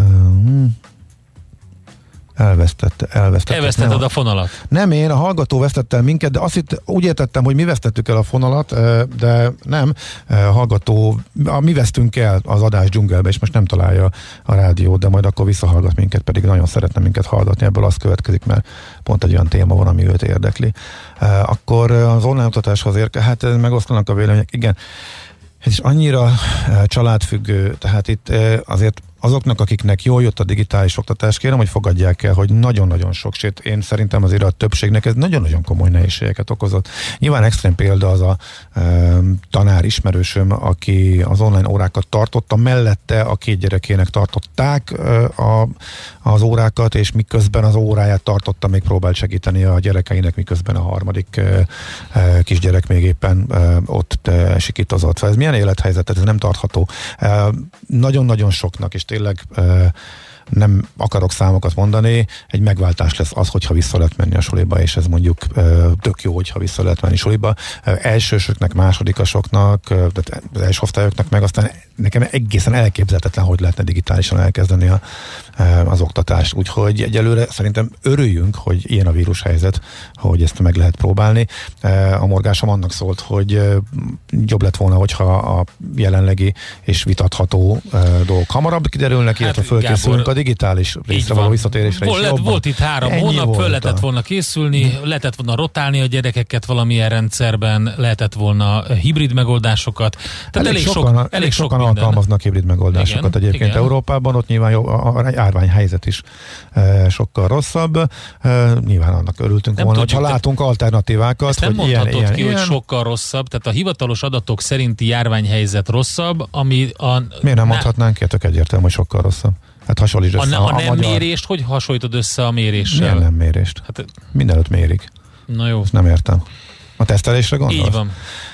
Elvesztette, elvesztette. Elvesztetted a fonalat. Nem én, a hallgató vesztette el minket, de azt itt úgy értettem, hogy mi vesztettük el a fonalat, de nem, a hallgató, mi vesztünk el az adás dzsungelbe, és most nem találja a rádió, de majd akkor visszahallgat minket, pedig nagyon szeretne minket hallgatni, ebből az következik, mert pont egy olyan téma van, ami őt érdekli. Akkor az online oktatáshoz érke, hát megosztanak a vélemények, igen, ez is annyira családfüggő, tehát itt azért azoknak, akiknek jól jött a digitális oktatás, kérem, hogy fogadják el, hogy nagyon-nagyon sok sét, én szerintem azért a többségnek ez nagyon-nagyon komoly nehézségeket okozott. Nyilván extrém példa az a e, tanár ismerősöm, aki az online órákat tartotta, mellette a két gyerekének tartották e, a, az órákat, és miközben az óráját tartotta, még próbált segíteni a gyerekeinek, miközben a harmadik e, e, kisgyerek még éppen e, ott e, sikítozott. Ez milyen élethelyzet, ez nem tartható. E, nagyon-nagyon soknak, és tényleg e, nem akarok számokat mondani, egy megváltás lesz az, hogyha vissza lehet menni a suliba, és ez mondjuk e, tök jó, hogyha vissza lehet menni suliba. E, elsősöknek, másodikasoknak, e, az első osztályoknak meg aztán nekem egészen elképzelhetetlen, hogy lehetne digitálisan elkezdeni a, e, az oktatást. Úgyhogy egyelőre szerintem örüljünk, hogy ilyen a vírushelyzet, hogy ezt meg lehet próbálni. E, a morgásom annak szólt, hogy e, jobb lett volna, hogyha a jelenlegi és vitatható e, dolgok hamarabb kiderülnek, hát, illetve fölkészülünk a digitális részre való visszatérésre Vol, is jobban. Volt itt három Ennyi hónap, föl lehetett volna készülni, hmm. lehetett volna rotálni a gyerekeket valamilyen rendszerben, lehetett volna hibrid megoldásokat. Tehát elég, elég sokan, sok, elég sokan sok alkalmaznak hibrid megoldásokat igen, egyébként igen. Európában, ott nyilván jó, a, a járványhelyzet is e, sokkal rosszabb. E, nyilván annak örültünk nem volna, tudjuk, ha látunk alternatívákat. Ezt nem hogy mondhatod ilyen, ki, ilyen, hogy sokkal rosszabb, tehát a hivatalos adatok szerinti járványhelyzet rosszabb, ami a... Miért nem ne, mondhatnánk ki? Tök egyértelmű, hogy sokkal rosszabb. Hát hasonlítsd össze. A, a, a nem magyar... mérést, hogy hasonlítod össze a méréssel? Milyen nem mérést? Hát, mindenütt mérik. Na jó. Ezt nem értem. A tesztelésre gondolsz? Így van.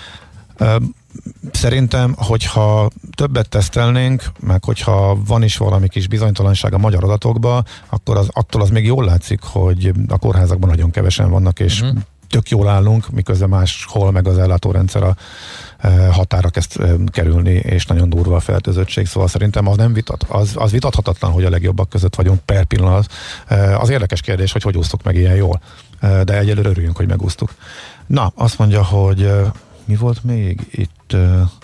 Szerintem, hogyha többet tesztelnénk, meg hogyha van is valami kis bizonytalanság a magyar adatokban, akkor az, attól az még jól látszik, hogy a kórházakban nagyon kevesen vannak, és uh-huh. tök jól állunk, miközben máshol meg az ellátórendszer a határa kezd kerülni, és nagyon durva a fertőzöttség, szóval szerintem az nem vitat, az, az vitathatatlan, hogy a legjobbak között vagyunk per pillanat. Az érdekes kérdés, hogy hogy úsztuk meg ilyen jól, de egyelőre örüljünk, hogy megúsztuk. Na, azt mondja, hogy mi volt még itt?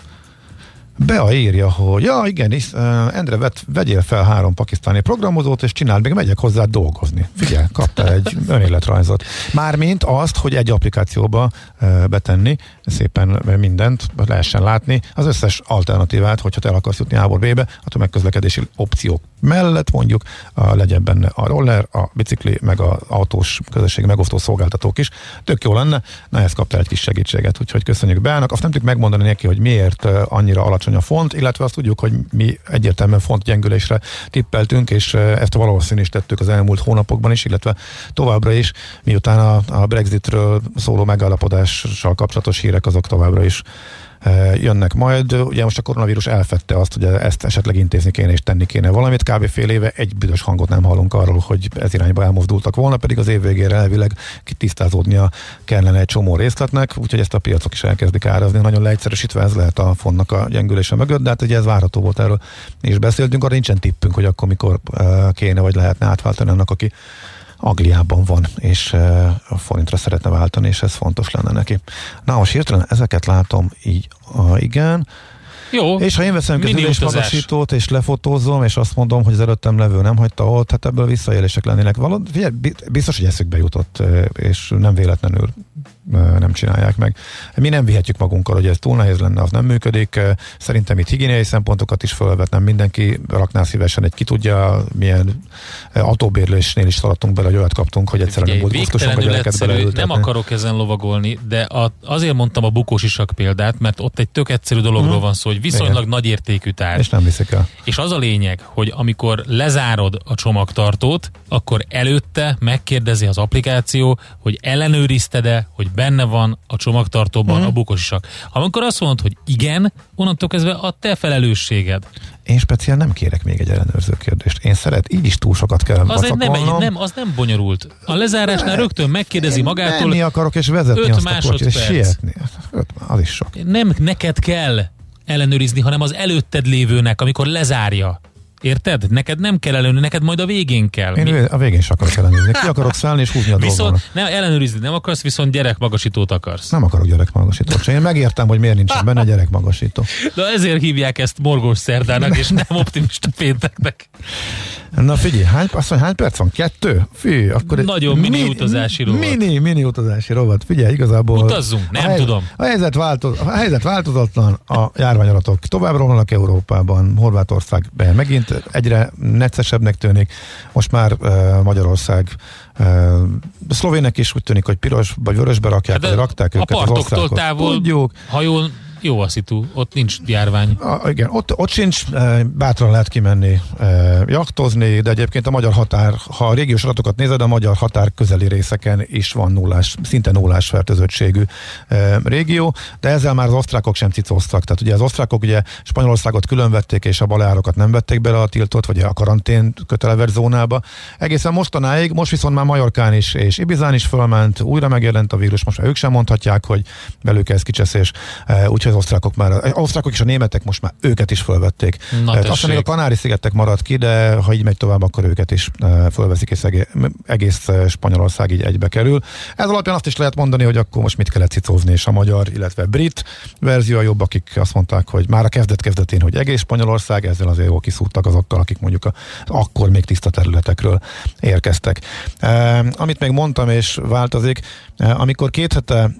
Bea írja, hogy ja igen, is, uh, Endre, vet, vegyél fel három pakisztáni programozót, és csináld, még megyek hozzá dolgozni. Figyelj, kaptál egy önéletrajzot. Mármint azt, hogy egy applikációba uh, betenni szépen mindent, lehessen látni, az összes alternatívát, hogyha te el akarsz jutni A-ból B-be, a tömegközlekedési opciók mellett mondjuk uh, legyen benne a roller, a bicikli, meg az autós közösségi megosztó szolgáltatók is. Tök jó lenne, na ezt kaptál egy kis segítséget, úgyhogy köszönjük Beának. Azt nem tudjuk megmondani neki, hogy miért uh, annyira alacsony a font, illetve azt tudjuk, hogy mi egyértelműen fontgyengülésre tippeltünk, és ezt valószínűsítettük az elmúlt hónapokban is, illetve továbbra is, miután a, a Brexitről szóló megállapodással kapcsolatos hírek azok továbbra is jönnek majd. Ugye most a koronavírus elfedte azt, hogy ezt esetleg intézni kéne és tenni kéne valamit. Kb. Fél éve egy büdös hangot nem hallunk arról, hogy ez irányba elmozdultak volna, pedig az év végére elvileg tisztázódnia kellene egy csomó részletnek, úgyhogy ezt a piacok is elkezdik árazni. Nagyon leegyszerűsítve ez lehet a fontnak a gyengülése mögött, de hát ugye ez várható volt, erről is beszéltünk, arra nincsen tippünk, hogy akkor mikor kéne vagy lehetne átváltani annak, aki Angliában van, és a forintra szeretne váltani, és ez fontos lenne neki. Na, most hirtelen ezeket látom így, ah, igen. Jó. És ha én veszem egy ülésmagasítót, és lefotózom, és azt mondom, hogy az előttem levő nem hagyta ott, hát ebből visszaélések lennének. Való, figyelj, biztos, hogy eszükbe jutott, és nem véletlenül nem csinálják meg. Mi nem vihetjük magunkkal, hogy ez túl nehéz lenne, az nem működik. Szerintem itt higiéniai szempontokat is felvetnem. Mindenki rakná szívesen egy ki tudja, milyen autóbérlésnél is szaladtunk bele, hogy olyat kaptunk, hogy egyszerűen nem volt gusztuson, hogy gyereket beleültetni. Nem akarok ezen lovagolni, de a, azért mondtam a bukós isak példát, mert ott egy tök egyszerű dologról hmm. van szó, hogy viszonylag igen. nagy értékű tárgy. És nem viszik el. És az a lényeg, hogy amikor lezárod a csomagtartót, akkor előtte megkérdezi az applikáció, hogy ellenőrizted-e, hogy benne van a csomagtartóban hmm. a bukós isak. Amikor azt mondod, hogy igen, onnantól kezdve a te felelősséged. Én speciál nem kérek még egy ellenőrző kérdést. Én szeret, így is túl sokat kell az nem, egy, nem, az nem bonyolult. A lezárásnál ne, rögtön megkérdezi magától. Menni akarok és vezetni azt a kocsit, és sietni. Öt, az is sok. Nem neked kell ellenőrizni, hanem az előtted lévőnek, amikor lezárja. Érted? Neked nem kell ellenőrizni, neked majd a végén kell. Én Mi? a végén is akarok ellenőrizni. Ki akarok szállni és húzni a viszont dolgon. Nem, ellenőrizni nem akarsz, viszont gyerekmagasítót akarsz. Nem akarok gyerekmagasítót. Én megértem, hogy miért nincsen benne gyerekmagasító. De ezért hívják ezt morgós szerdának, és nem optimista pénteknek. Na figyelj, hány, azt mondja, hány perc van? Kettő? Fű, akkor nagyon mini mi, utazási rovat. Mini, mini utazási rovat. Figyelj, igazából... Utazzunk, nem a hely, tudom. A helyzet, változ, a helyzet változatlan, a járványadatok tovább romlanak Európában, Horvátország megint egyre neccesebbnek tűnik. Most már uh, Magyarország uh, szlovének is úgy tűnik, hogy piros vagy vörösbe rakják, hát vagy rakták a őket az országhoz. A partoktól távol, tudjuk. Ha jól jó a szitu, ott nincs járvány. A, igen, ott, ott sincs, bátran lehet kimenni jachtozni, de egyébként a magyar határ, ha a régiós adatokat nézed, a magyar határ közeli részeken is van nullás, szinte nullás fertőzöttségű régió, de ezzel már az osztrákok sem cicóztak. Tehát ugye az osztrákok ugye Spanyolországot különvették, és a Baleárokat nem vették bele a tiltot, vagy a karantén kötelevert zónába. Egészen mostanáig, most viszont már Majorkán is és Ibizán is fölment, újra megjelent a vírus, most már ők sem mondhatják, hogy velük ez kicseszés. Úgyhogy az osztrákok már, az osztrákok és a németek most már őket is fölvették. Aztán még a Kanári-szigetek maradt ki, de ha így megy tovább, akkor őket is fölveszik, és egész Spanyolország így egybe kerül. Ez alapján azt is lehet mondani, hogy akkor most mit kellett cicózni, és a magyar, illetve brit verzió a jobb, akik azt mondták, hogy már a kezdet-kezdetén, hogy egész Spanyolország, ezzel azért jól kiszúrtak azokkal, akik mondjuk a, akkor még tiszta területekről érkeztek. E, amit még mondtam, és változik, e, amikor két hete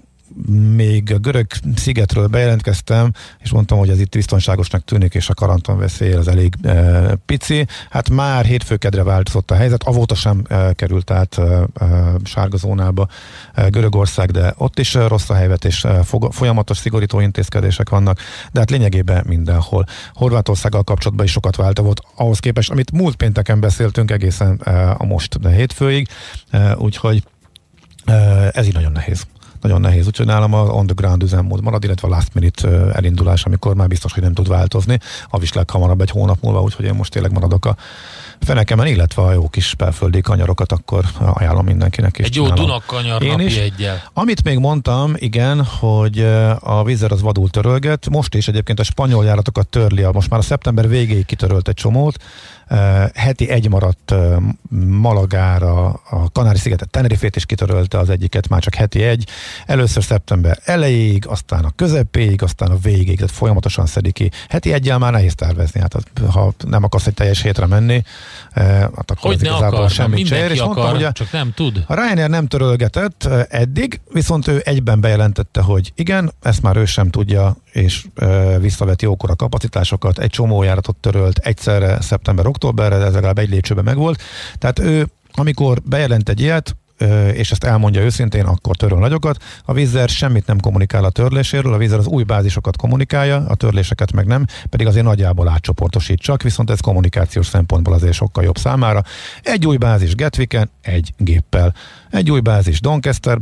még a görög szigetről bejelentkeztem, és mondtam, hogy ez itt biztonságosnak tűnik, és a karanténveszély az elég e, pici. Hát már hétfő-kedre változott a helyzet, avóta sem e, került át e, e, sárga zónába e, Görögország, de ott is e, rossz a helyzet, és e, folyamatos szigorító intézkedések vannak, de hát lényegében mindenhol. Horvátországgal kapcsolatban is sokat változott, ahhoz képest, amit múlt pénteken beszéltünk egészen e, a most de hétfőig, e, úgyhogy e, ez így nagyon nehéz. Nagyon nehéz, úgyhogy nálam az on the ground üzemmód marad, illetve a last minute elindulás, amikor már biztos, hogy nem tud változni. A is leghamarabb egy hónap múlva, úgyhogy én most tényleg maradok a fenekemen, illetve a jó kis belföldi kanyarokat, akkor ajánlom mindenkinek. Egy jó Dunakanyar napi egyel. Amit még mondtam, igen, hogy a Wizz az vadul törölget, most is egyébként a spanyol járatokat törli, most már a szeptember végéig kitörölt egy csomót, Uh, heti egy maradt uh, Malagára, a Kanári-szigetet, Tenerifét is kitörölte az egyiket, már csak heti egy. Először szeptember elejéig, aztán a közepéig, aztán a végéig, tehát folyamatosan szedik ki. Heti egyel már nehéz tervezni, hát ha nem akarsz egy teljes hétre menni, uh, hát akkor hogy ez igazából semmit csér. És akar, mondtam, hogy a, csak nem tud. A Ryanair nem törölgetett uh, eddig, viszont ő egyben bejelentette, hogy igen, ezt már ő sem tudja, és uh, visszaveti jókora kapacitásokat, egy csomó járatot törölt egyszerre szeptember októberre, ez legalább egy lépcsőben megvolt. Tehát ő, amikor bejelent egy ilyet, és ezt elmondja őszintén, akkor töröl nagyokat. A Wizz Air semmit nem kommunikál a törléséről, a Wizz Air az új bázisokat kommunikálja, a törléseket meg nem, pedig azért nagyjából átcsoportosít csak, viszont ez kommunikációs szempontból azért sokkal jobb számára. Egy új bázis Gatwicken, egy géppel. Egy új bázis Doncasterben,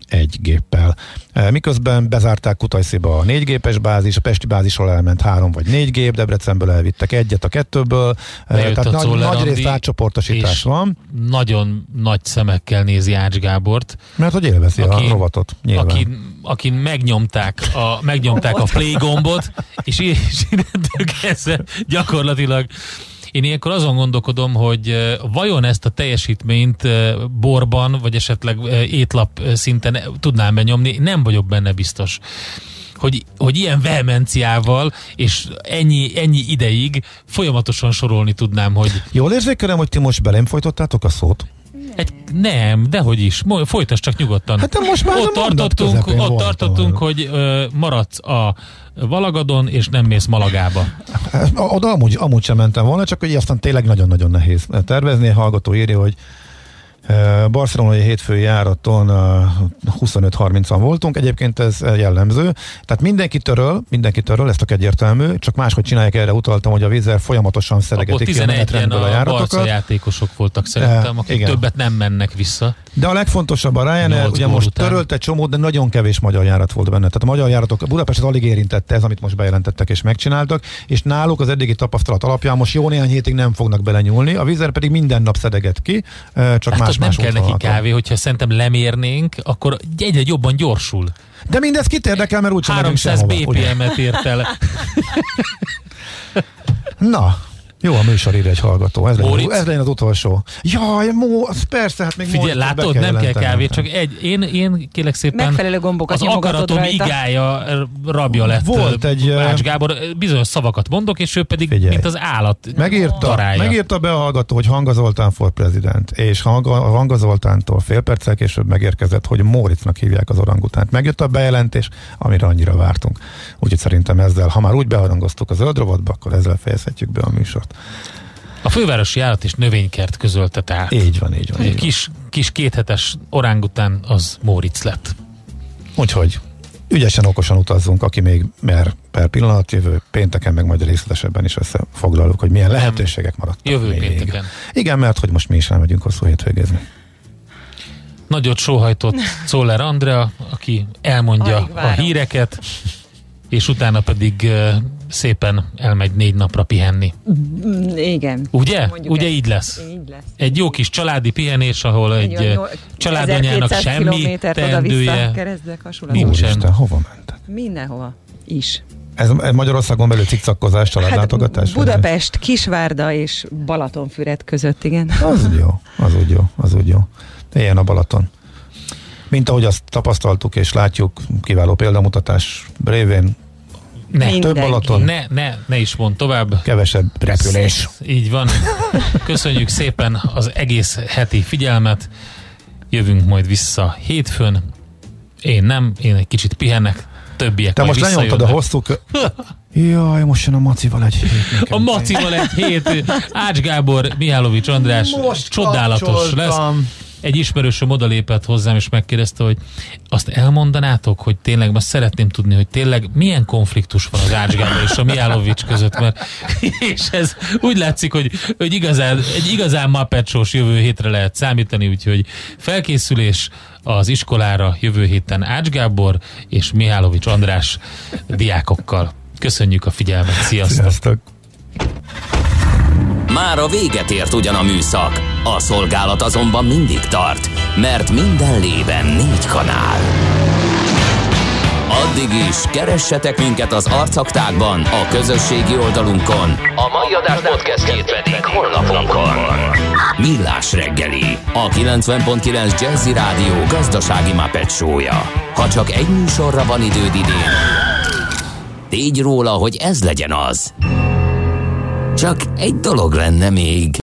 egy géppel. Miközben bezárták Kutaisziba a négy gépes bázis, a pesti bázisról elment három vagy négy gép, Debrecenből elvittek egyet a kettőből, bejött tehát nagy, nagy részt átcsoportosítás van. Nagyon nagy szemekkel nézi Ács Gábort. Mert hogy élvezi aki, a rovatot, nyilván. Aki, aki megnyomták a, megnyomták a play gombot, és innentől kezdve gyakorlatilag én ilyenkor azon gondolkodom, hogy vajon ezt a teljesítményt borban, vagy esetleg étlap szinten tudnám benyomni, nem vagyok benne biztos. Hogy, hogy ilyen vehemenciával és ennyi, ennyi ideig folyamatosan sorolni tudnám, hogy... Jól érzékelem, hogy ti most belém folytottátok a szót? Egy, nem, dehogy is. Folytasd csak nyugodtan. Hát most már ott tartottunk, ott tartottunk hogy ö, maradsz a Valagadon, és nem mész Malagába. Oda amúgy, amúgy sem mentem volna, csak hogy aztán tényleg nagyon-nagyon nehéz tervezni. A hallgató írja, hogy barcelonai hétfői járaton huszonöt harmincan voltunk, egyébként ez jellemző. Tehát mindenki töröl, mindenki töröl, ezt a egyértelmű, csak máshogy csinálják, erre utaltam, hogy a vízzel folyamatosan szedegetik ki a menetrendből a járatokat. Barca játékosok voltak szerintem, akik igen. többet nem mennek vissza. De a legfontosabb a Ryanair, ugye most után. törölt egy csomót, de nagyon kevés magyar járat volt benne. Tehát a magyar járatok, a Budapestet alig érintette ez, amit most bejelentettek és megcsináltak, és náluk az eddigi tapasztalat alapján most jó néhány hétig nem fognak belenyúlni, a vízzel pedig minden nap szedeget ki, csak hát más nem kell neki kávé, hogyha szerintem lemérnénk, akkor egyre jobban gyorsul. De mindez kit érdekel, mert úgysem megyünk sehova. háromszáz bé pé em-et ért el. Na, jó a műsor, írja egy hallgató. Ez legyen, ez legyen az utolsó. Jaj, Mó, persze, hát még Figyelj, látod, kell nem kell kávé, csak egy, én, én kérlek szépen megfelelő gombokat az akaratom rajta. Igája rabja lett. Volt egy... Ács Gábor, bizonyos szavakat mondok, és ő pedig, figyelj, mint az állat megírta, megírta be a hallgató, hogy Hanga Zoltán for president, és Hanga, Hanga Zoltántól fél perccel később megérkezett, hogy Móricnak hívják az orangutánt. Megjött a bejelentés, amire annyira vártunk. Úgyhogy szerintem ezzel, ha már úgy beharangoztuk a zöld rovatba, akkor ezzel fejezhetjük be a műsort. A fővárosi állat és növénykert közölte tehát. Így van, így van. Így kis, kis kéthetes orangután az Móricz lett. Úgyhogy ügyesen, okosan utazzunk, aki még mer per pillanat, jövő pénteken meg majd részletesebben is összefoglaljuk, hogy milyen lehetőségek maradtak. Jövő még. pénteken. Igen, mert hogy most mi is elmegyünk hosszú hétvégézni. Nagyot sóhajtott Czoller Andrea, aki elmondja a híreket, és utána pedig uh, szépen elmegy négy napra pihenni. Igen. Ugye? Ugye így lesz. így lesz. Egy jó kis családi pihenés, ahol egy, egy családanyának semmi teendője nincsen. Úristen, hova mentek? Mindenhova is. Ez Magyarországon belül cikcakkozás, családlátogatás? Hát Budapest, Kisvárda és Balatonfüred között, igen. Az úgy jó, az úgy jó, az úgy jó. De ilyen a Balaton. Mint ahogy azt tapasztaltuk és látjuk, kiváló példamutatás révén. Ne, több Balaton. Ne, ne, ne is mond tovább. Kevesebb repülés. Így van. Köszönjük szépen az egész heti figyelmet. Jövünk majd vissza hétfőn. Én nem, én egy kicsit pihennek. Többiek te most lenyomtad a hosszú kö... Jaj, most jön a Macival egy hét. A Macival egy hét. Ács Gábor, Mihálovics András. Most csodálatos kapcsoltam. Lesz. Egy ismerősöm odalépett hozzám, és megkérdezte, hogy azt elmondanátok, hogy tényleg, most szeretném tudni, hogy tényleg milyen konfliktus van az Ács Gábor és a Mihálovics között, mert és ez úgy látszik, hogy, hogy igazán, egy igazán Muppet Show-s jövő hétre lehet számítani, úgyhogy felkészülés az iskolára jövő héten Ács Gábor és Mihálovics András diákokkal. Köszönjük a figyelmet, sziasztok! Sziasztok. Már a véget ért ugyan a műszak, a szolgálat azonban mindig tart, mert minden lében négy kanál. Addig is, keressetek minket az arcaktákban, a közösségi oldalunkon. A mai adás podcastjét pedig honlapunkon. Millás reggeli, a kilencven pont kilenc Jazzy Rádió gazdasági Muppet Show-ja. Ha csak egy műsorra van időd idén, tégy róla, hogy ez legyen az. Csak egy dolog lenne még.